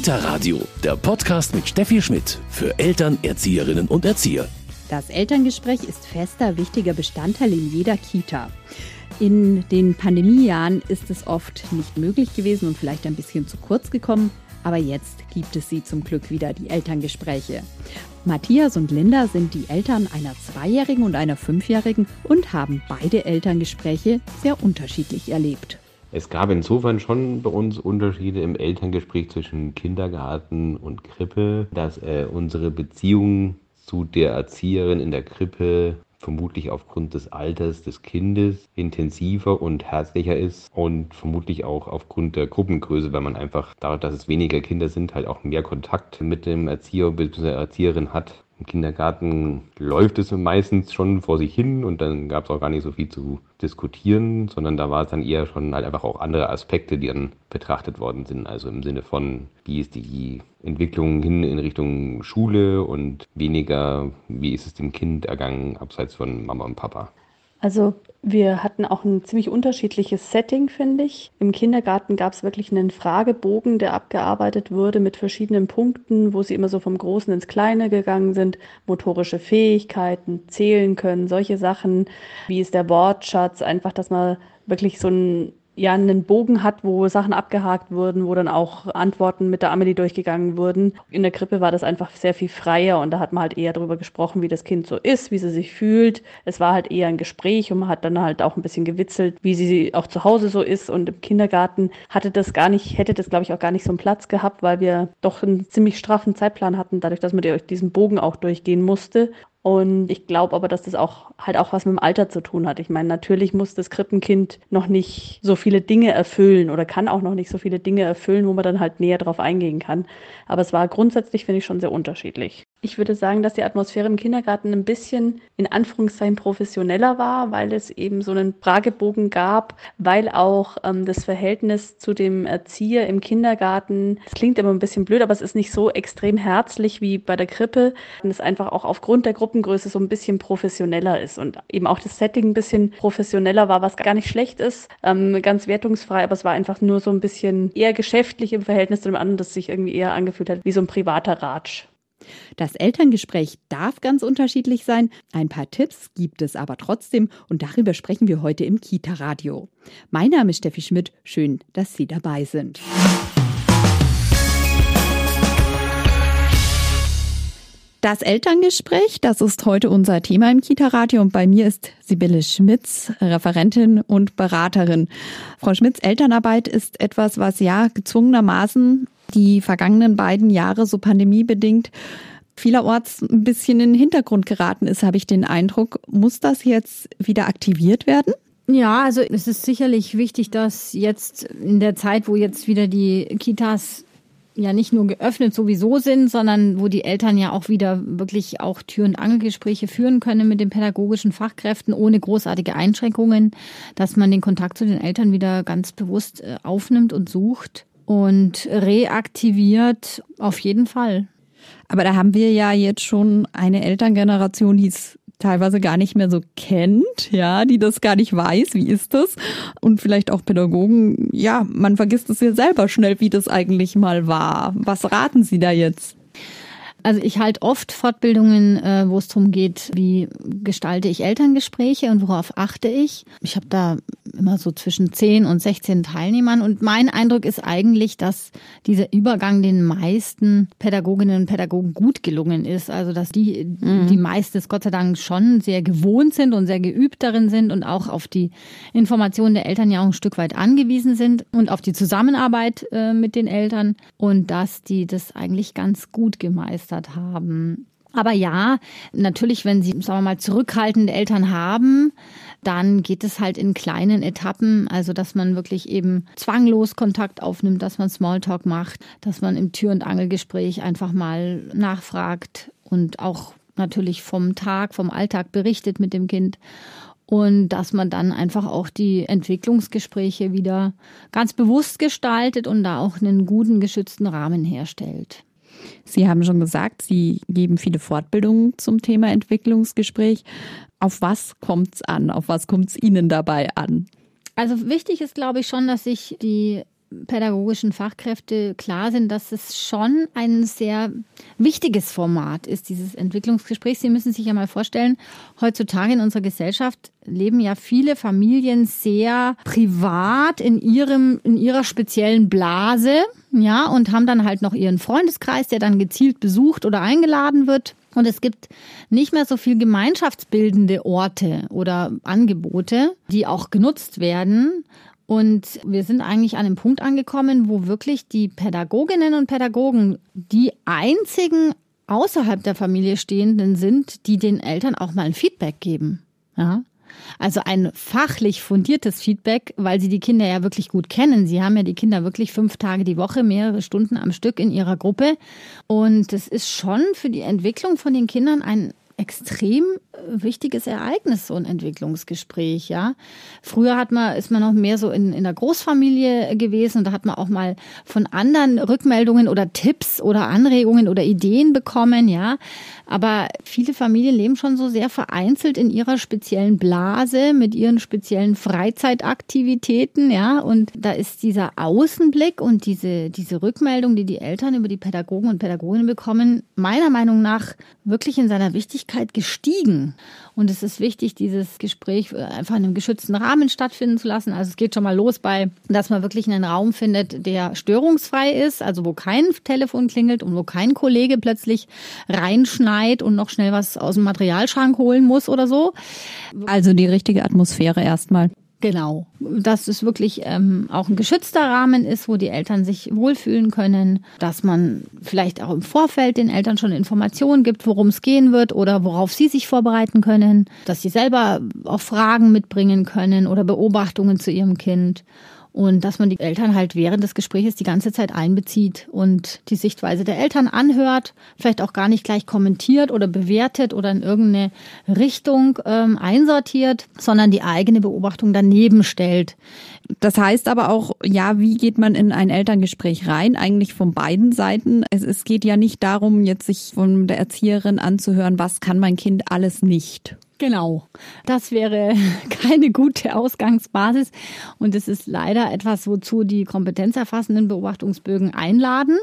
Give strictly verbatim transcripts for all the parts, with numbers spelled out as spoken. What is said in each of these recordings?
Kita-Radio, der Podcast mit Steffi Schmidt für Eltern, Erzieherinnen und Erzieher. Das Elterngespräch ist fester, wichtiger Bestandteil in jeder Kita. In den Pandemiejahren ist es oft nicht möglich gewesen und vielleicht ein bisschen zu kurz gekommen. Aber jetzt gibt es sie zum Glück wieder, die Elterngespräche. Matthias und Linda sind die Eltern einer Zweijährigen und einer Fünfjährigen und haben beide Elterngespräche sehr unterschiedlich erlebt. Es gab insofern schon bei uns Unterschiede im Elterngespräch zwischen Kindergarten und Krippe, dass äh, unsere Beziehung zu der Erzieherin in der Krippe vermutlich aufgrund des Alters des Kindes intensiver und herzlicher ist und vermutlich auch aufgrund der Gruppengröße, weil man einfach dadurch, dass es weniger Kinder sind, halt auch mehr Kontakt mit dem Erzieher bzw. der Erzieherin hat. Im Kindergarten läuft es meistens schon vor sich hin und dann gab es auch gar nicht so viel zu diskutieren, sondern da war es dann eher schon halt einfach auch andere Aspekte, die dann betrachtet worden sind. Also im Sinne von, wie ist die Entwicklung hin in Richtung Schule und weniger, wie ist es dem Kind ergangen, abseits von Mama und Papa. Also wir hatten auch ein ziemlich unterschiedliches Setting, finde ich. Im Kindergarten gab es wirklich einen Fragebogen, der abgearbeitet wurde mit verschiedenen Punkten, wo sie immer so vom Großen ins Kleine gegangen sind. Motorische Fähigkeiten, zählen können, solche Sachen. Wie ist der Wortschatz? Einfach, dass man wirklich so ein ja einen Bogen hat, wo Sachen abgehakt wurden, wo dann auch Antworten mit der Amelie durchgegangen wurden. In der Krippe war das einfach sehr viel freier und da hat man halt eher darüber gesprochen, wie das Kind so ist, wie sie sich fühlt. Es war halt eher ein Gespräch und man hat dann halt auch ein bisschen gewitzelt, wie sie auch zu Hause so ist, und im Kindergarten hatte das gar nicht, hätte das glaube ich auch gar nicht so einen Platz gehabt, weil wir doch einen ziemlich straffen Zeitplan hatten, dadurch, dass man diesen Bogen auch durchgehen musste. Und ich glaube aber, dass das auch halt auch was mit dem Alter zu tun hat. Ich meine, natürlich muss das Krippenkind noch nicht so viele Dinge erfüllen oder kann auch noch nicht so viele Dinge erfüllen, wo man dann halt näher drauf eingehen kann. Aber es war grundsätzlich, finde ich, schon sehr unterschiedlich. Ich würde sagen, dass die Atmosphäre im Kindergarten ein bisschen in Anführungszeichen professioneller war, weil es eben so einen Fragebogen gab, weil auch ähm, das Verhältnis zu dem Erzieher im Kindergarten, das klingt immer ein bisschen blöd, aber es ist nicht so extrem herzlich wie bei der Krippe. Und es einfach auch aufgrund der Gruppengröße so ein bisschen professioneller ist und eben auch das Setting ein bisschen professioneller war, was gar nicht schlecht ist, ähm, ganz wertungsfrei, aber es war einfach nur so ein bisschen eher geschäftlich im Verhältnis zu dem anderen, das sich irgendwie eher angefühlt hat wie so ein privater Ratsch. Das Elterngespräch darf ganz unterschiedlich sein. Ein paar Tipps gibt es aber trotzdem und darüber sprechen wir heute im Kita-Radio. Mein Name ist Steffi Schmidt. Schön, dass Sie dabei sind. Das Elterngespräch, das ist heute unser Thema im Kita-Radio und bei mir ist Sibylle Schmitz, Referentin und Beraterin. Frau Schmitz, Elternarbeit ist etwas, was ja gezwungenermaßen die vergangenen beiden Jahre so pandemiebedingt vielerorts ein bisschen in den Hintergrund geraten ist, habe ich den Eindruck. Muss das jetzt wieder aktiviert werden? Ja, also es ist sicherlich wichtig, dass jetzt in der Zeit, wo jetzt wieder die Kitas ja nicht nur geöffnet sowieso sind, sondern wo die Eltern ja auch wieder wirklich auch Tür- und Angelgespräche führen können mit den pädagogischen Fachkräften ohne großartige Einschränkungen, dass man den Kontakt zu den Eltern wieder ganz bewusst aufnimmt und sucht und reaktiviert auf jeden Fall. Aber da haben wir ja jetzt schon eine Elterngeneration, die es teilweise gar nicht mehr so kennt, ja, die das gar nicht weiß, wie ist das? Und vielleicht auch Pädagogen, ja, man vergisst es ja selber schnell, wie das eigentlich mal war. Was raten Sie da jetzt? Also ich halte oft Fortbildungen, äh, wo es darum geht, wie gestalte ich Elterngespräche und worauf achte ich. Ich habe da immer so zwischen zehn und sechzehn Teilnehmern und mein Eindruck ist eigentlich, dass dieser Übergang den meisten Pädagoginnen und Pädagogen gut gelungen ist. Also dass die, mhm. die meisten Gott sei Dank schon sehr gewohnt sind und sehr geübt darin sind und auch auf die Informationen der Eltern ja auch ein Stück weit angewiesen sind und auf die Zusammenarbeit äh, mit den Eltern und dass die das eigentlich ganz gut gemeistert haben. Aber ja, natürlich, wenn Sie, sagen wir mal, zurückhaltende Eltern haben, dann geht es halt in kleinen Etappen, also dass man wirklich eben zwanglos Kontakt aufnimmt, dass man Smalltalk macht, dass man im Tür- und Angelgespräch einfach mal nachfragt und auch natürlich vom Tag, vom Alltag berichtet mit dem Kind. Und dass man dann einfach auch die Entwicklungsgespräche wieder ganz bewusst gestaltet und da auch einen guten, geschützten Rahmen herstellt. Sie haben schon gesagt, Sie geben viele Fortbildungen zum Thema Entwicklungsgespräch. Auf was kommt's an? Auf was kommt's Ihnen dabei an? Also wichtig ist, glaube ich, schon, dass sich die pädagogischen Fachkräfte klar sind, dass es schon ein sehr wichtiges Format ist, dieses Entwicklungsgespräch. Sie müssen sich ja mal vorstellen, heutzutage in unserer Gesellschaft leben ja viele Familien sehr privat in ihrem, in ihrer speziellen Blase, ja, und haben dann halt noch ihren Freundeskreis, der dann gezielt besucht oder eingeladen wird. Und es gibt nicht mehr so viel gemeinschaftsbildende Orte oder Angebote, die auch genutzt werden. Und wir sind eigentlich an einem Punkt angekommen, wo wirklich die Pädagoginnen und Pädagogen die einzigen außerhalb der Familie Stehenden sind, die den Eltern auch mal ein Feedback geben. Ja? Also ein fachlich fundiertes Feedback, weil sie die Kinder ja wirklich gut kennen. Sie haben ja die Kinder wirklich fünf Tage die Woche, mehrere Stunden am Stück in ihrer Gruppe. Und das ist schon für die Entwicklung von den Kindern ein extrem wichtiges Ereignis, so ein Entwicklungsgespräch, ja. Früher hat man, ist man noch mehr so in, in der Großfamilie gewesen und da hat man auch mal von anderen Rückmeldungen oder Tipps oder Anregungen oder Ideen bekommen, ja. Aber viele Familien leben schon so sehr vereinzelt in ihrer speziellen Blase mit ihren speziellen Freizeitaktivitäten, ja. Und da ist dieser Außenblick und diese, diese Rückmeldung, die die Eltern über die Pädagogen und Pädagoginnen bekommen, meiner Meinung nach wirklich in seiner Wichtigkeit gestiegen. Und es ist wichtig, dieses Gespräch einfach in einem geschützten Rahmen stattfinden zu lassen. Also es geht schon mal los bei, dass man wirklich einen Raum findet, der störungsfrei ist, also wo kein Telefon klingelt und wo kein Kollege plötzlich reinschneit und noch schnell was aus dem Materialschrank holen muss oder so. Also die richtige Atmosphäre erstmal. Genau, dass es wirklich ähm, auch ein geschützter Rahmen ist, wo die Eltern sich wohlfühlen können, dass man vielleicht auch im Vorfeld den Eltern schon Informationen gibt, worum es gehen wird oder worauf sie sich vorbereiten können, dass sie selber auch Fragen mitbringen können oder Beobachtungen zu ihrem Kind. Und dass man die Eltern halt während des Gesprächs die ganze Zeit einbezieht und die Sichtweise der Eltern anhört, vielleicht auch gar nicht gleich kommentiert oder bewertet oder in irgendeine Richtung ähm, einsortiert, sondern die eigene Beobachtung daneben stellt. Das heißt aber auch, ja, wie geht man in ein Elterngespräch rein? Eigentlich von beiden Seiten. Es, es geht ja nicht darum, jetzt sich von der Erzieherin anzuhören, was kann mein Kind alles nicht. Genau, das wäre keine gute Ausgangsbasis und es ist leider etwas, wozu die kompetenzerfassenden Beobachtungsbögen einladen,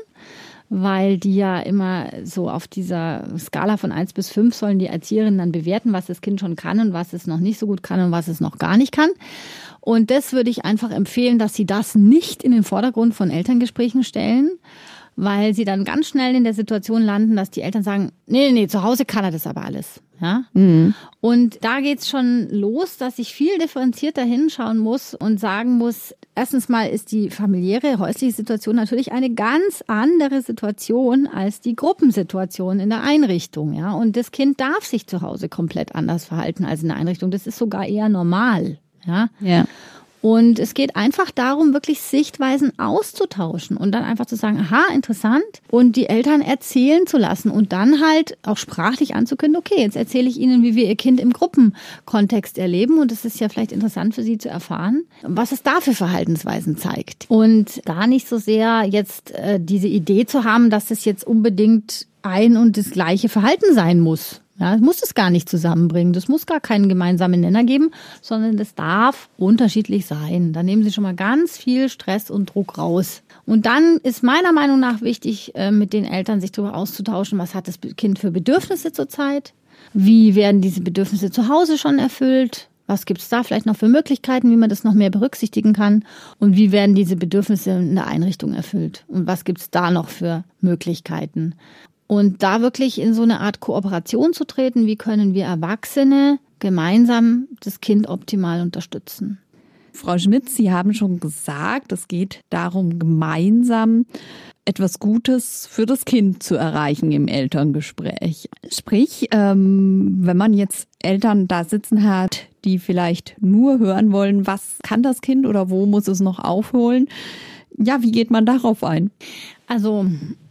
weil die ja immer so auf dieser Skala von eins bis fünf sollen die Erzieherinnen dann bewerten, was das Kind schon kann und was es noch nicht so gut kann und was es noch gar nicht kann. Und das würde ich einfach empfehlen, dass Sie das nicht in den Vordergrund von Elterngesprächen stellen, weil Sie dann ganz schnell in der Situation landen, dass die Eltern sagen, nee, nee, zu Hause kann er das aber alles. Ja? Mhm. Und da geht's schon los, dass ich viel differenzierter hinschauen muss und sagen muss, erstens mal ist die familiäre, häusliche Situation natürlich eine ganz andere Situation als die Gruppensituation in der Einrichtung. Ja? Und das Kind darf sich zu Hause komplett anders verhalten als in der Einrichtung. Das ist sogar eher normal. Ja. Ja. Und es geht einfach darum, wirklich Sichtweisen auszutauschen und dann einfach zu sagen, aha, interessant, und die Eltern erzählen zu lassen und dann halt auch sprachlich anzukündigen, okay, jetzt erzähle ich Ihnen, wie wir Ihr Kind im Gruppenkontext erleben und es ist ja vielleicht interessant für Sie zu erfahren, was es da für Verhaltensweisen zeigt. Und gar nicht so sehr jetzt äh, diese Idee zu haben, dass es jetzt unbedingt ein und das gleiche Verhalten sein muss. Ja, es muss es gar nicht zusammenbringen. Das muss gar keinen gemeinsamen Nenner geben, sondern das darf unterschiedlich sein. Da nehmen Sie schon mal ganz viel Stress und Druck raus. Und dann ist meiner Meinung nach wichtig, mit den Eltern sich darüber auszutauschen, was hat das Kind für Bedürfnisse zurzeit? Wie werden diese Bedürfnisse zu Hause schon erfüllt? Was gibt es da vielleicht noch für Möglichkeiten, wie man das noch mehr berücksichtigen kann? Und wie werden diese Bedürfnisse in der Einrichtung erfüllt? Und was gibt es da noch für Möglichkeiten? Und da wirklich in so eine Art Kooperation zu treten, wie können wir Erwachsene gemeinsam das Kind optimal unterstützen? Frau Schmitz, Sie haben schon gesagt, es geht darum, gemeinsam etwas Gutes für das Kind zu erreichen im Elterngespräch. Sprich, ähm, wenn man jetzt Eltern da sitzen hat, die vielleicht nur hören wollen, was kann das Kind oder wo muss es noch aufholen? Ja, wie geht man darauf ein? Also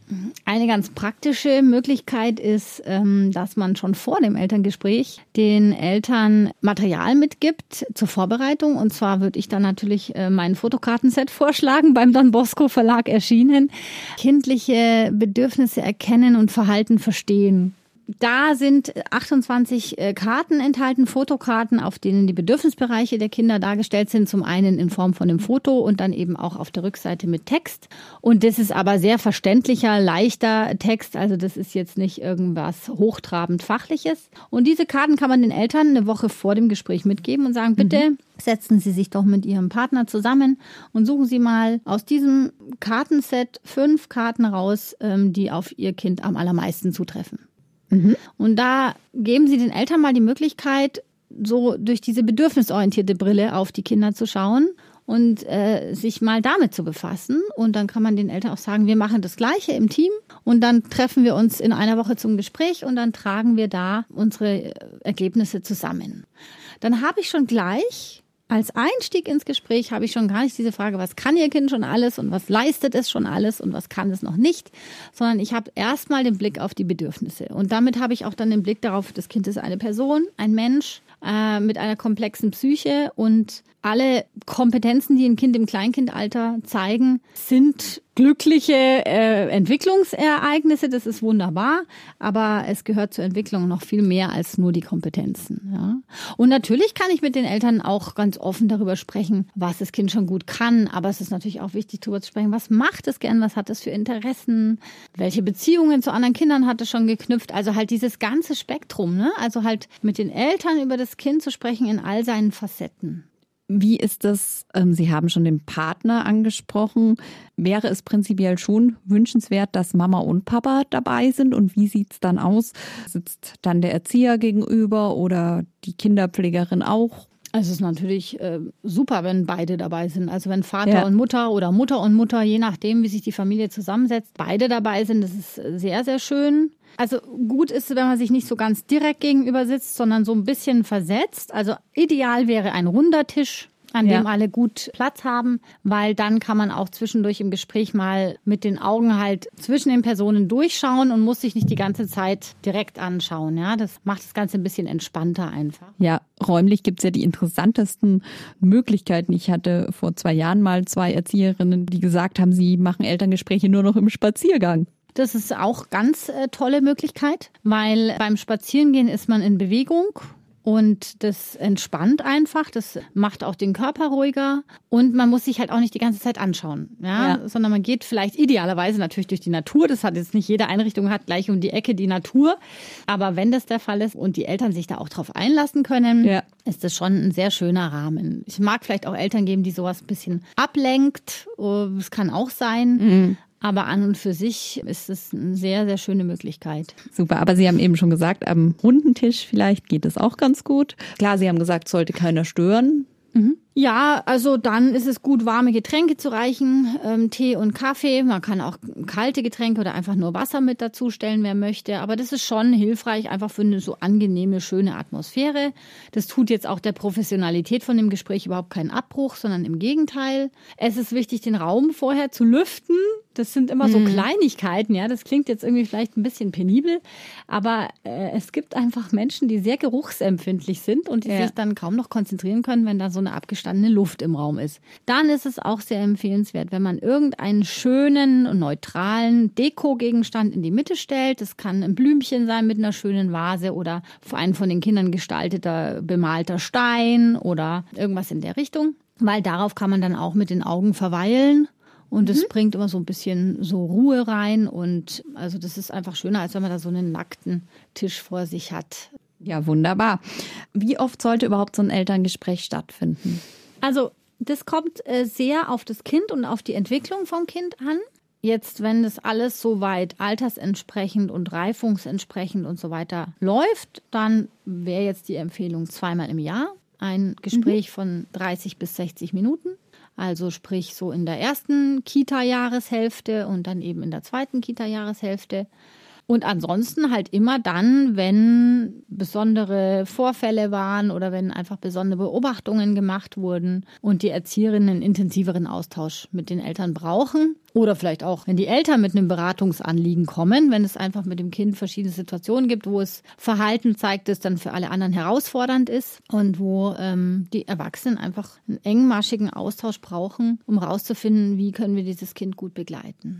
eine ganz praktische Möglichkeit ist, dass man schon vor dem Elterngespräch den Eltern Material mitgibt zur Vorbereitung. Und zwar würde ich dann natürlich mein Fotokartenset vorschlagen, beim Don Bosco Verlag erschienen. Kindliche Bedürfnisse erkennen und Verhalten verstehen. Da sind achtundzwanzig Karten enthalten, Fotokarten, auf denen die Bedürfnisbereiche der Kinder dargestellt sind. Zum einen in Form von einem Foto und dann eben auch auf der Rückseite mit Text. Und das ist aber sehr verständlicher, leichter Text. Also das ist jetzt nicht irgendwas hochtrabend Fachliches. Und diese Karten kann man den Eltern eine Woche vor dem Gespräch mitgeben und sagen, bitte mhm. setzen Sie sich doch mit Ihrem Partner zusammen und suchen Sie mal aus diesem Kartenset fünf Karten raus, die auf Ihr Kind am allermeisten zutreffen. Mhm. Und da geben Sie den Eltern mal die Möglichkeit, so durch diese bedürfnisorientierte Brille auf die Kinder zu schauen und äh, sich mal damit zu befassen. Und dann kann man den Eltern auch sagen, wir machen das Gleiche im Team und dann treffen wir uns in einer Woche zum Gespräch und dann tragen wir da unsere Ergebnisse zusammen. Dann habe ich schon gleich als Einstieg ins Gespräch habe ich schon gar nicht diese Frage, was kann Ihr Kind schon alles und was leistet es schon alles und was kann es noch nicht, sondern ich habe erstmal den Blick auf die Bedürfnisse. Und damit habe ich auch dann den Blick darauf, das Kind ist eine Person, ein Mensch äh, mit einer komplexen Psyche und alle Kompetenzen, die ein Kind im Kleinkindalter zeigen, sind glückliche äh, Entwicklungsereignisse. Das ist wunderbar, aber es gehört zur Entwicklung noch viel mehr als nur die Kompetenzen. Ja? Und natürlich kann ich mit den Eltern auch ganz offen darüber sprechen, was das Kind schon gut kann. Aber es ist natürlich auch wichtig, darüber zu sprechen, was macht es gern, was hat es für Interessen, welche Beziehungen zu anderen Kindern hat es schon geknüpft. Also halt dieses ganze Spektrum, ne? Also halt mit den Eltern über das Kind zu sprechen in all seinen Facetten. Wie ist das, ähm, Sie haben schon den Partner angesprochen, wäre es prinzipiell schon wünschenswert, dass Mama und Papa dabei sind und wie sieht's dann aus? Sitzt dann der Erzieher gegenüber oder die Kinderpflegerin auch? Also es ist natürlich äh, super, wenn beide dabei sind. Also wenn Vater Ja. und Mutter oder Mutter und Mutter, je nachdem, wie sich die Familie zusammensetzt, beide dabei sind, das ist sehr, sehr schön. Also gut ist, wenn man sich nicht so ganz direkt gegenüber sitzt, sondern so ein bisschen versetzt. Also ideal wäre ein runder Tisch, an Ja. dem alle gut Platz haben, weil dann kann man auch zwischendurch im Gespräch mal mit den Augen halt zwischen den Personen durchschauen und muss sich nicht die ganze Zeit direkt anschauen. Ja, das macht das Ganze ein bisschen entspannter einfach. Ja, räumlich gibt's ja die interessantesten Möglichkeiten. Ich hatte vor zwei Jahren mal zwei Erzieherinnen, die gesagt haben, sie machen Elterngespräche nur noch im Spaziergang. Das ist auch ganz äh, tolle Möglichkeit, weil beim Spazierengehen ist man in Bewegung und das entspannt einfach, das macht auch den Körper ruhiger und man muss sich halt auch nicht die ganze Zeit anschauen, ja? Ja. Sondern man geht vielleicht idealerweise natürlich durch die Natur, das hat jetzt nicht jede Einrichtung hat gleich um die Ecke die Natur, aber wenn das der Fall ist und die Eltern sich da auch drauf einlassen können, Ja. ist das schon ein sehr schöner Rahmen. Ich mag vielleicht auch Eltern geben, die sowas ein bisschen ablenkt, es kann auch sein, Mhm. aber an und für sich ist es eine sehr, sehr schöne Möglichkeit. Super, aber Sie haben eben schon gesagt, am runden Tisch vielleicht geht es auch ganz gut. Klar, Sie haben gesagt, sollte keiner stören. Mhm. Ja, also dann ist es gut, warme Getränke zu reichen, ähm, Tee und Kaffee. Man kann auch kalte Getränke oder einfach nur Wasser mit dazu stellen, wer möchte. Aber das ist schon hilfreich, einfach für eine so angenehme, schöne Atmosphäre. Das tut jetzt auch der Professionalität von dem Gespräch überhaupt keinen Abbruch, sondern im Gegenteil. Es ist wichtig, den Raum vorher zu lüften. Das sind immer so Kleinigkeiten, ja. Das klingt jetzt irgendwie vielleicht ein bisschen penibel, aber äh, es gibt einfach Menschen, die sehr geruchsempfindlich sind und die Ja. sich dann kaum noch konzentrieren können, wenn da so eine abgestandene Luft im Raum ist. Dann ist es auch sehr empfehlenswert, wenn man irgendeinen schönen und neutralen Dekogegenstand in die Mitte stellt. Das kann ein Blümchen sein mit einer schönen Vase oder ein von den Kindern gestalteter, bemalter Stein oder irgendwas in der Richtung, weil darauf kann man dann auch mit den Augen verweilen. Und es bringt immer so ein bisschen so Ruhe rein und also das ist einfach schöner, als wenn man da so einen nackten Tisch vor sich hat. Ja, wunderbar. Wie oft sollte überhaupt so ein Elterngespräch stattfinden? Also das kommt äh, sehr auf das Kind und auf die Entwicklung vom Kind an. Jetzt, wenn das alles soweit altersentsprechend und reifungsentsprechend und so weiter läuft, dann wäre jetzt die Empfehlung zweimal im Jahr ein Gespräch von dreißig bis sechzig Minuten. Also sprich so in der ersten Kita-Jahreshälfte und dann eben in der zweiten Kita-Jahreshälfte. Und ansonsten halt immer dann, wenn besondere Vorfälle waren oder wenn einfach besondere Beobachtungen gemacht wurden und die Erzieherinnen einen intensiveren Austausch mit den Eltern brauchen. Oder vielleicht auch, wenn die Eltern mit einem Beratungsanliegen kommen, wenn es einfach mit dem Kind verschiedene Situationen gibt, wo es Verhalten zeigt, das dann für alle anderen herausfordernd ist und wo ähm, die Erwachsenen einfach einen engmaschigen Austausch brauchen, um rauszufinden, wie können wir dieses Kind gut begleiten.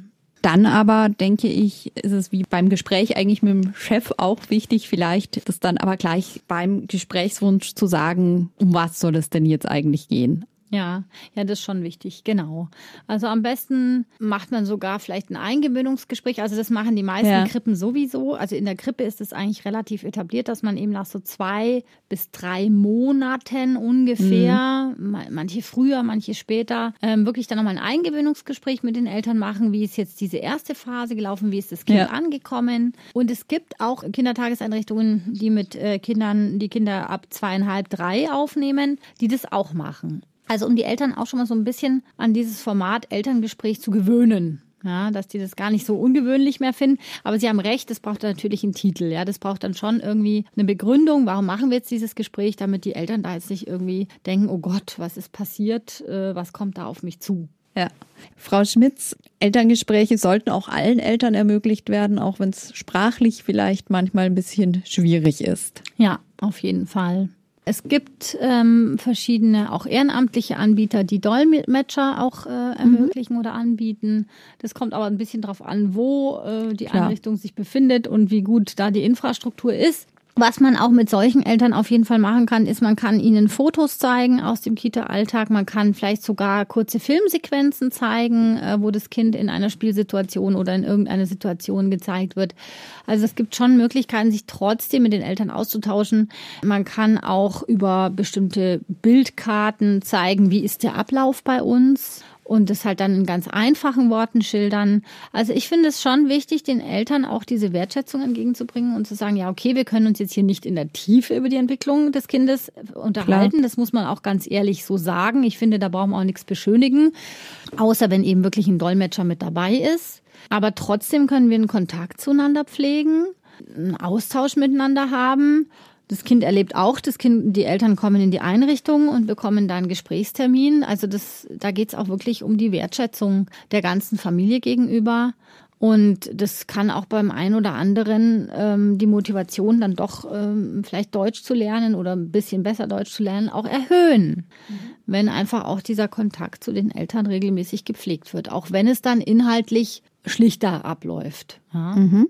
Dann aber, denke ich, ist es wie beim Gespräch eigentlich mit dem Chef auch wichtig, vielleicht das dann aber gleich beim Gesprächswunsch zu sagen, um was soll es denn jetzt eigentlich gehen? Ja, ja, das ist schon wichtig, genau. Also am besten macht man sogar vielleicht ein Eingewöhnungsgespräch. Also das machen die meisten ja. Krippen sowieso. Also in der Krippe ist es eigentlich relativ etabliert, dass man eben nach so zwei bis drei Monaten ungefähr, mhm. manche früher, manche später, ähm, wirklich dann nochmal ein Eingewöhnungsgespräch mit den Eltern machen. Wie ist jetzt diese erste Phase gelaufen? Wie ist das Kind ja. angekommen? Und es gibt auch Kindertageseinrichtungen, die mit äh, Kindern, die Kinder ab zweieinhalb, drei aufnehmen, die das auch machen. Also um die Eltern auch schon mal so ein bisschen an dieses Format Elterngespräch zu gewöhnen. Ja, dass die das gar nicht so ungewöhnlich mehr finden. Aber Sie haben recht, das braucht natürlich einen Titel. Ja, das braucht dann schon irgendwie eine Begründung. Warum machen wir jetzt dieses Gespräch, damit die Eltern da jetzt nicht irgendwie denken, oh Gott, was ist passiert? Was kommt da auf mich zu? Ja. Frau Schmitz, Elterngespräche sollten auch allen Eltern ermöglicht werden, auch wenn es sprachlich vielleicht manchmal ein bisschen schwierig ist. Ja, auf jeden Fall. Es gibt ähm, verschiedene, auch ehrenamtliche Anbieter, die Dolmetscher auch äh, ermöglichen mhm. oder anbieten. Das kommt aber ein bisschen drauf an, wo äh, die Klar. Einrichtung sich befindet und wie gut da die Infrastruktur ist. Was man auch mit solchen Eltern auf jeden Fall machen kann, ist, man kann ihnen Fotos zeigen aus dem Kita-Alltag. Man kann vielleicht sogar kurze Filmsequenzen zeigen, wo das Kind in einer Spielsituation oder in irgendeiner Situation gezeigt wird. Also es gibt schon Möglichkeiten, sich trotzdem mit den Eltern auszutauschen. Man kann auch über bestimmte Bildkarten zeigen, wie ist der Ablauf bei uns. Und das halt dann in ganz einfachen Worten schildern. Also ich finde es schon wichtig, den Eltern auch diese Wertschätzung entgegenzubringen und zu sagen, ja okay, wir können uns jetzt hier nicht in der Tiefe über die Entwicklung des Kindes unterhalten. Klar. Das muss man auch ganz ehrlich so sagen. Ich finde, da brauchen wir auch nichts beschönigen, außer wenn eben wirklich ein Dolmetscher mit dabei ist. Aber trotzdem können wir einen Kontakt zueinander pflegen, einen Austausch miteinander haben. Das Kind erlebt auch, das Kind, die Eltern kommen in die Einrichtung und bekommen da einen Gesprächstermin. Also das, da geht es auch wirklich um die Wertschätzung der ganzen Familie gegenüber. Und das kann auch beim einen oder anderen ähm, die Motivation, dann doch ähm, vielleicht Deutsch zu lernen oder ein bisschen besser Deutsch zu lernen, auch erhöhen. Mhm. Wenn einfach auch dieser Kontakt zu den Eltern regelmäßig gepflegt wird. Auch wenn es dann inhaltlich schlichter abläuft. Ja? Mhm.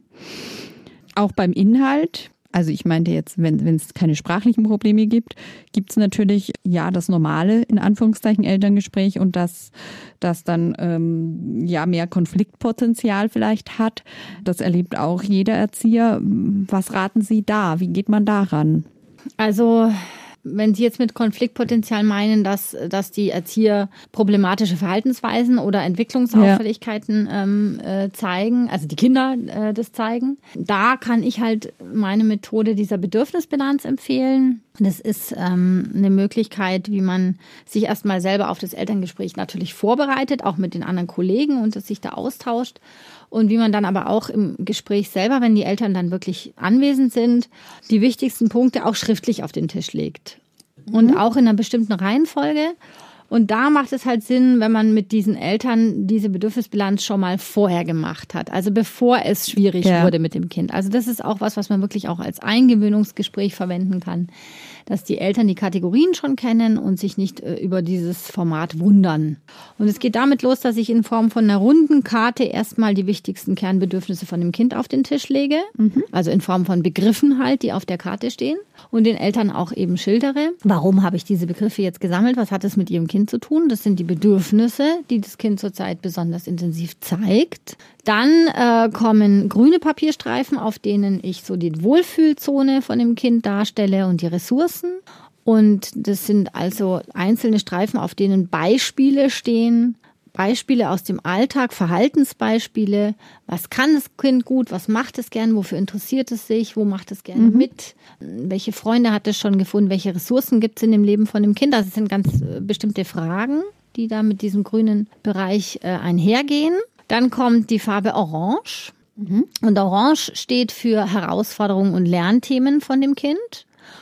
Auch beim Inhalt. Also ich meinte jetzt, wenn wenn es keine sprachlichen Probleme gibt, gibt es natürlich ja das normale, in Anführungszeichen, Elterngespräch und das, das dann ähm, ja mehr Konfliktpotenzial vielleicht hat. Das erlebt auch jeder Erzieher. Was raten Sie da? Wie geht man daran? Also wenn Sie jetzt mit Konfliktpotenzial meinen, dass, dass die Erzieher problematische Verhaltensweisen oder Entwicklungsauffälligkeiten ja. ähm, äh, zeigen, also die Kinder äh, das zeigen, da kann ich halt meine Methode dieser Bedürfnisbilanz empfehlen. Das ist ähm, eine Möglichkeit, wie man sich erstmal selber auf das Elterngespräch natürlich vorbereitet, auch mit den anderen Kollegen und sich da austauscht. Und wie man dann aber auch im Gespräch selber, wenn die Eltern dann wirklich anwesend sind, die wichtigsten Punkte auch schriftlich auf den Tisch legt. Und mhm. auch in einer bestimmten Reihenfolge. Und da macht es halt Sinn, wenn man mit diesen Eltern diese Bedürfnisbilanz schon mal vorher gemacht hat. Also bevor es schwierig ja. wurde mit dem Kind. Also das ist auch was, was man wirklich auch als Eingewöhnungsgespräch verwenden kann. Dass die Eltern die Kategorien schon kennen und sich nicht äh, über dieses Format wundern. Und es geht damit los, dass ich in Form von einer runden Karte erstmal die wichtigsten Kernbedürfnisse von dem Kind auf den Tisch lege. Mhm. Also in Form von Begriffen halt, die auf der Karte stehen. Und den Eltern auch eben schildere. Warum habe ich diese Begriffe jetzt gesammelt? Was hat es mit ihrem Kind zu tun? Das sind die Bedürfnisse, die das Kind zurzeit besonders intensiv zeigt. Dann äh, kommen grüne Papierstreifen, auf denen ich so die Wohlfühlzone von dem Kind darstelle und die Ressourcen. Und das sind also einzelne Streifen, auf denen Beispiele stehen. Beispiele aus dem Alltag, Verhaltensbeispiele. Was kann das Kind gut? Was macht es gern? Wofür interessiert es sich? Wo macht es gerne mhm. mit? Welche Freunde hat es schon gefunden? Welche Ressourcen gibt es in dem Leben von dem Kind? Das sind ganz äh, bestimmte Fragen, die da mit diesem grünen Bereich äh, einhergehen. Dann kommt die Farbe Orange. Mhm. Und Orange steht für Herausforderungen und Lernthemen von dem Kind.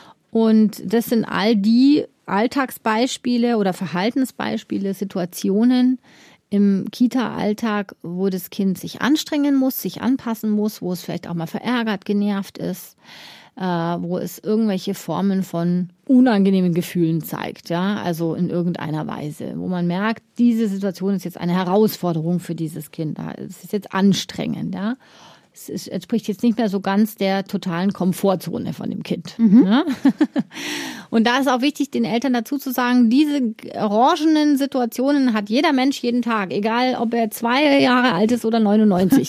Und das sind all die Alltagsbeispiele oder Verhaltensbeispiele, Situationen im Kita-Alltag, wo das Kind sich anstrengen muss, sich anpassen muss, wo es vielleicht auch mal verärgert, genervt ist, äh, wo es irgendwelche Formen von unangenehmen Gefühlen zeigt, ja, also in irgendeiner Weise, wo man merkt, diese Situation ist jetzt eine Herausforderung für dieses Kind, es ist jetzt anstrengend, ja. Es ist, entspricht jetzt nicht mehr so ganz der totalen Komfortzone von dem Kind. Mhm. Ja? Und da ist auch wichtig, den Eltern dazu zu sagen, diese orangenen Situationen hat jeder Mensch jeden Tag, egal ob er zwei Jahre alt ist oder neunundneunzig.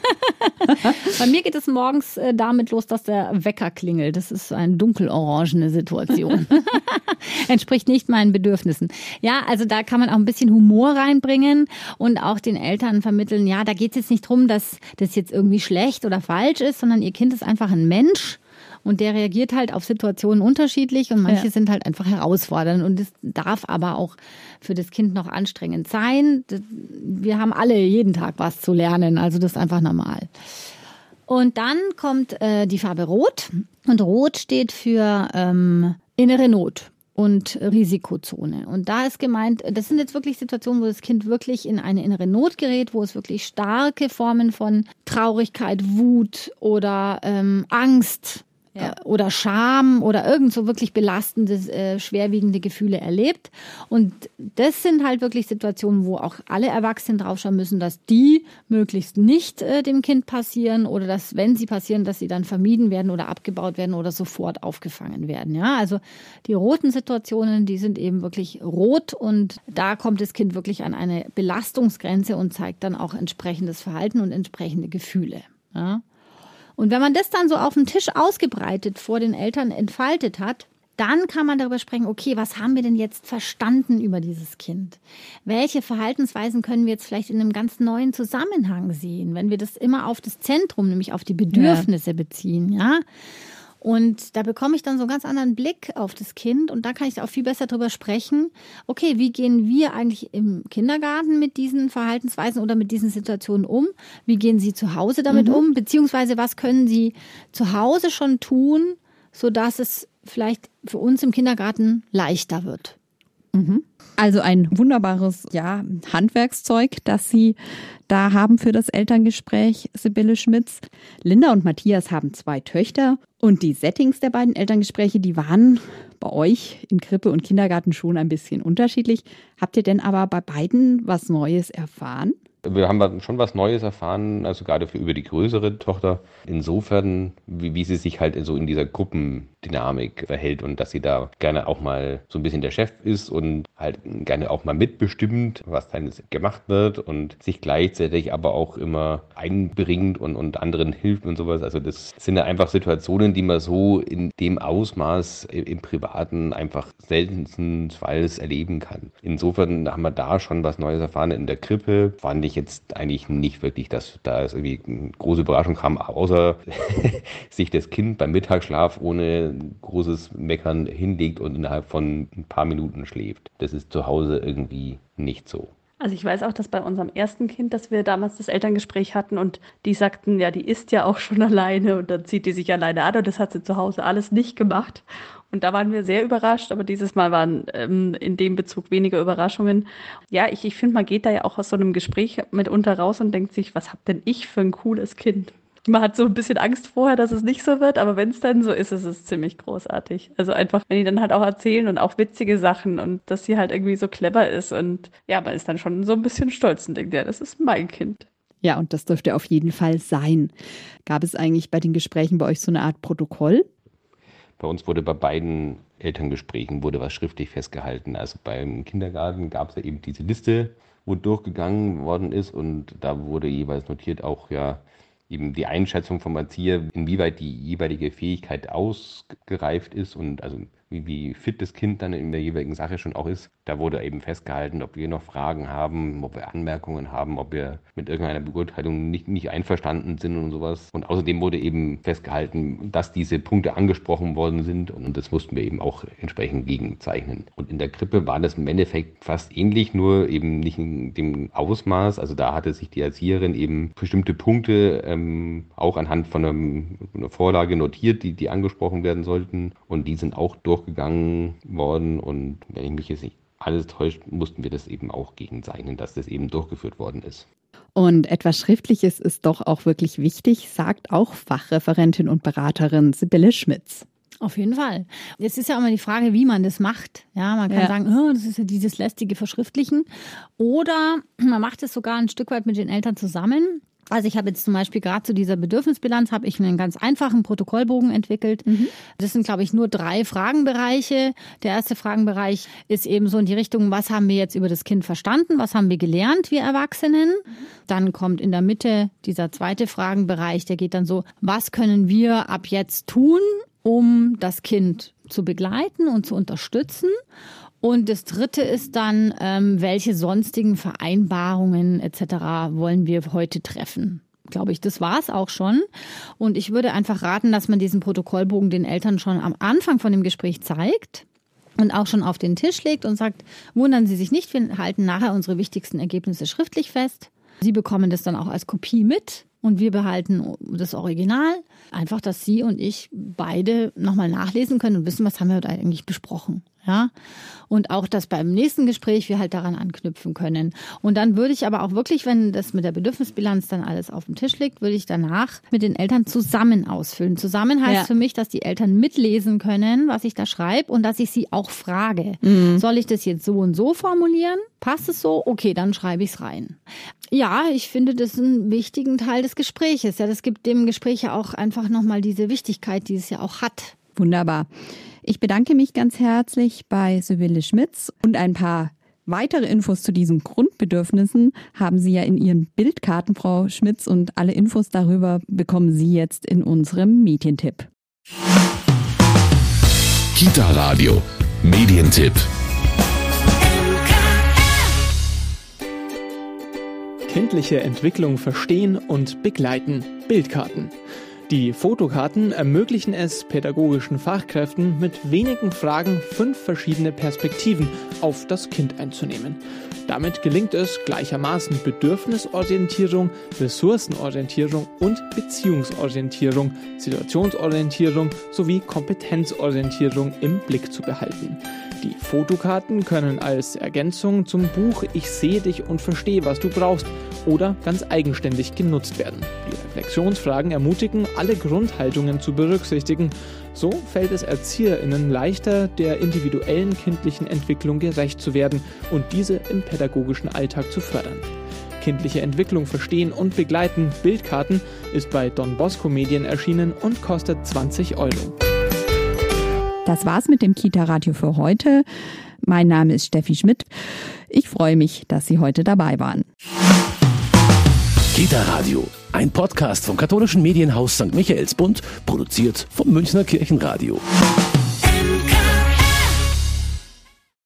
Bei mir geht es morgens damit los, dass der Wecker klingelt. Das ist eine dunkelorangene Situation. Entspricht nicht meinen Bedürfnissen. Ja, also da kann man auch ein bisschen Humor reinbringen und auch den Eltern vermitteln, ja, da geht es jetzt nicht drum, dass das jetzt irgendwie schlecht oder falsch ist, sondern ihr Kind ist einfach ein Mensch und der reagiert halt auf Situationen unterschiedlich und manche ja. sind halt einfach herausfordernd und es darf aber auch für das Kind noch anstrengend sein. Wir haben alle jeden Tag was zu lernen, also das ist einfach normal. Und dann kommt äh, die Farbe Rot und Rot steht für ähm, innere Not und Risikozone. Und da ist gemeint, das sind jetzt wirklich Situationen, wo das Kind wirklich in eine innere Not gerät, wo es wirklich starke Formen von Traurigkeit, Wut oder ähm, Angst ja. äh, oder Scham oder irgend so wirklich belastende, äh, schwerwiegende Gefühle erlebt. Und das sind halt wirklich Situationen, wo auch alle Erwachsenen draufschauen müssen, dass die möglichst nicht äh, dem Kind passieren oder dass, wenn sie passieren, dass sie dann vermieden werden oder abgebaut werden oder sofort aufgefangen werden. Ja, also die roten Situationen, die sind eben wirklich rot und da kommt das Kind wirklich an eine Belastungsgrenze und zeigt dann auch entsprechendes Verhalten und entsprechende Gefühle. Ja. Und wenn man das dann so auf dem Tisch ausgebreitet vor den Eltern entfaltet hat, dann kann man darüber sprechen, okay, was haben wir denn jetzt verstanden über dieses Kind? Welche Verhaltensweisen können wir jetzt vielleicht in einem ganz neuen Zusammenhang sehen, wenn wir das immer auf das Zentrum, nämlich auf die Bedürfnisse ja. beziehen, ja? Und da bekomme ich dann so einen ganz anderen Blick auf das Kind und da kann ich auch viel besser drüber sprechen. Okay, wie gehen wir eigentlich im Kindergarten mit diesen Verhaltensweisen oder mit diesen Situationen um? Wie gehen Sie zu Hause damit mhm. um? Beziehungsweise was können Sie zu Hause schon tun, sodass es vielleicht für uns im Kindergarten leichter wird? Mhm. Also ein wunderbares ja, Handwerkszeug, das Sie da haben für das Elterngespräch, Sibylle Schmitz. Linda und Matthias haben zwei Töchter und die Settings der beiden Elterngespräche, die waren bei euch in Krippe und Kindergarten schon ein bisschen unterschiedlich. Habt ihr denn aber bei beiden was Neues erfahren? Wir haben schon was Neues erfahren, also gerade für über die größere Tochter. Insofern, wie, wie sie sich halt so in dieser Gruppendynamik verhält und dass sie da gerne auch mal so ein bisschen der Chef ist und halt gerne auch mal mitbestimmt, was dann gemacht wird und sich gleichzeitig aber auch immer einbringt und, und anderen hilft und sowas. Also das sind ja einfach Situationen, die man so in dem Ausmaß im Privaten einfach seltenstens erleben kann. Insofern haben wir da schon was Neues erfahren. In der Krippe fand ich jetzt eigentlich nicht wirklich, dass da es irgendwie eine große Überraschung kam, außer sich das Kind beim Mittagsschlaf ohne großes Meckern hinlegt und innerhalb von ein paar Minuten schläft. Das ist zu Hause irgendwie nicht so. Also ich weiß auch, dass bei unserem ersten Kind, dass wir damals das Elterngespräch hatten und die sagten, ja, die isst ja auch schon alleine und dann zieht die sich alleine an und das hat sie zu Hause alles nicht gemacht. Und da waren wir sehr überrascht, aber dieses Mal waren ähm, in dem Bezug weniger Überraschungen. Ja, ich, ich finde, man geht da ja auch aus so einem Gespräch mitunter raus und denkt sich, was hab denn ich für ein cooles Kind? Man hat so ein bisschen Angst vorher, dass es nicht so wird, aber wenn es dann so ist, ist es ziemlich großartig. Also einfach, wenn die dann halt auch erzählen und auch witzige Sachen und dass sie halt irgendwie so clever ist und ja, man ist dann schon so ein bisschen stolz und denkt, ja, das ist mein Kind. Ja, und das dürfte auf jeden Fall sein. Gab es eigentlich bei den Gesprächen bei euch so eine Art Protokoll? Bei uns wurde bei beiden Elterngesprächen wurde was schriftlich festgehalten. Also beim Kindergarten gab es ja eben diese Liste, wo durchgegangen worden ist und da wurde jeweils notiert auch ja eben die Einschätzung vom Erzieher, inwieweit die jeweilige Fähigkeit ausgereift ist und also wie, wie fit das Kind dann in der jeweiligen Sache schon auch ist. Da wurde eben festgehalten, ob wir noch Fragen haben, ob wir Anmerkungen haben, ob wir mit irgendeiner Beurteilung nicht, nicht einverstanden sind und sowas. Und außerdem wurde eben festgehalten, dass diese Punkte angesprochen worden sind und das mussten wir eben auch entsprechend gegenzeichnen. Und in der Krippe war das im Endeffekt fast ähnlich, nur eben nicht in dem Ausmaß. Also da hatte sich die Erzieherin eben bestimmte Punkte ähm, auch anhand von einem, einer Vorlage notiert, die, die angesprochen werden sollten und die sind auch durchgegangen worden und wenn ich mich jetzt nicht alles täuscht, mussten wir das eben auch gegenzeichnen, dass das eben durchgeführt worden ist. Und etwas Schriftliches ist doch auch wirklich wichtig, sagt auch Fachreferentin und Beraterin Sibylle Schmitz. Auf jeden Fall. Jetzt ist ja immer die Frage, wie man das macht. Ja, man kann ja. sagen, oh, das ist ja dieses lästige Verschriftlichen. Oder man macht es sogar ein Stück weit mit den Eltern zusammen. Also ich habe jetzt zum Beispiel gerade zu dieser Bedürfnisbilanz habe ich einen ganz einfachen Protokollbogen entwickelt. Mhm. Das sind, glaube ich, nur drei Fragenbereiche. Der erste Fragenbereich ist eben so in die Richtung, was haben wir jetzt über das Kind verstanden? Was haben wir gelernt, wir Erwachsenen? Mhm. Dann kommt in der Mitte dieser zweite Fragenbereich, der geht dann so, was können wir ab jetzt tun, um das Kind zu begleiten und zu unterstützen? Und das Dritte ist dann, ähm, welche sonstigen Vereinbarungen et cetera wollen wir heute treffen? Glaube ich, das war's auch schon. Und ich würde einfach raten, dass man diesen Protokollbogen den Eltern schon am Anfang von dem Gespräch zeigt und auch schon auf den Tisch legt und sagt, wundern Sie sich nicht, wir halten nachher unsere wichtigsten Ergebnisse schriftlich fest. Sie bekommen das dann auch als Kopie mit. Und wir behalten das Original. Einfach, dass Sie und ich beide nochmal nachlesen können und wissen, was haben wir heute eigentlich besprochen. Ja? Und auch, dass beim nächsten Gespräch wir halt daran anknüpfen können. Und dann würde ich aber auch wirklich, wenn das mit der Bedürfnisbilanz dann alles auf dem Tisch liegt, würde ich danach mit den Eltern zusammen ausfüllen. Zusammen heißt ja. für mich, dass die Eltern mitlesen können, was ich da schreibe und dass ich sie auch frage. Mhm. Soll ich das jetzt so und so formulieren? Passt es so? Okay, dann schreibe ich es rein. Ja, ich finde das einen wichtigen Teil des Gespräches. Ja, das gibt dem Gespräch ja auch einfach nochmal diese Wichtigkeit, die es ja auch hat. Wunderbar. Ich bedanke mich ganz herzlich bei Sibylle Schmitz und ein paar weitere Infos zu diesen Grundbedürfnissen haben Sie ja in Ihren Bildkarten, Frau Schmitz, und alle Infos darüber bekommen Sie jetzt in unserem Medientipp. Kita Radio, Medientipp. Kindliche Entwicklung verstehen und begleiten. Bildkarten. Die Fotokarten ermöglichen es pädagogischen Fachkräften, mit wenigen Fragen fünf verschiedene Perspektiven auf das Kind einzunehmen. Damit gelingt es gleichermaßen Bedürfnisorientierung, Ressourcenorientierung und Beziehungsorientierung, Situationsorientierung sowie Kompetenzorientierung im Blick zu behalten. Die Fotokarten können als Ergänzung zum Buch Ich sehe dich und verstehe, was du brauchst oder ganz eigenständig genutzt werden. Die Reflexionsfragen ermutigen, alle Grundhaltungen zu berücksichtigen. So fällt es ErzieherInnen leichter, der individuellen kindlichen Entwicklung gerecht zu werden und diese im pädagogischen Alltag zu fördern. Kindliche Entwicklung verstehen und begleiten, Bildkarten, ist bei Don Bosco Medien erschienen und kostet zwanzig Euro. Das war's mit dem Kita-Radio für heute. Mein Name ist Steffi Schmidt. Ich freue mich, dass Sie heute dabei waren. Kita Radio, ein Podcast vom katholischen Medienhaus Sankt Michaelsbund, produziert vom Münchner Kirchenradio.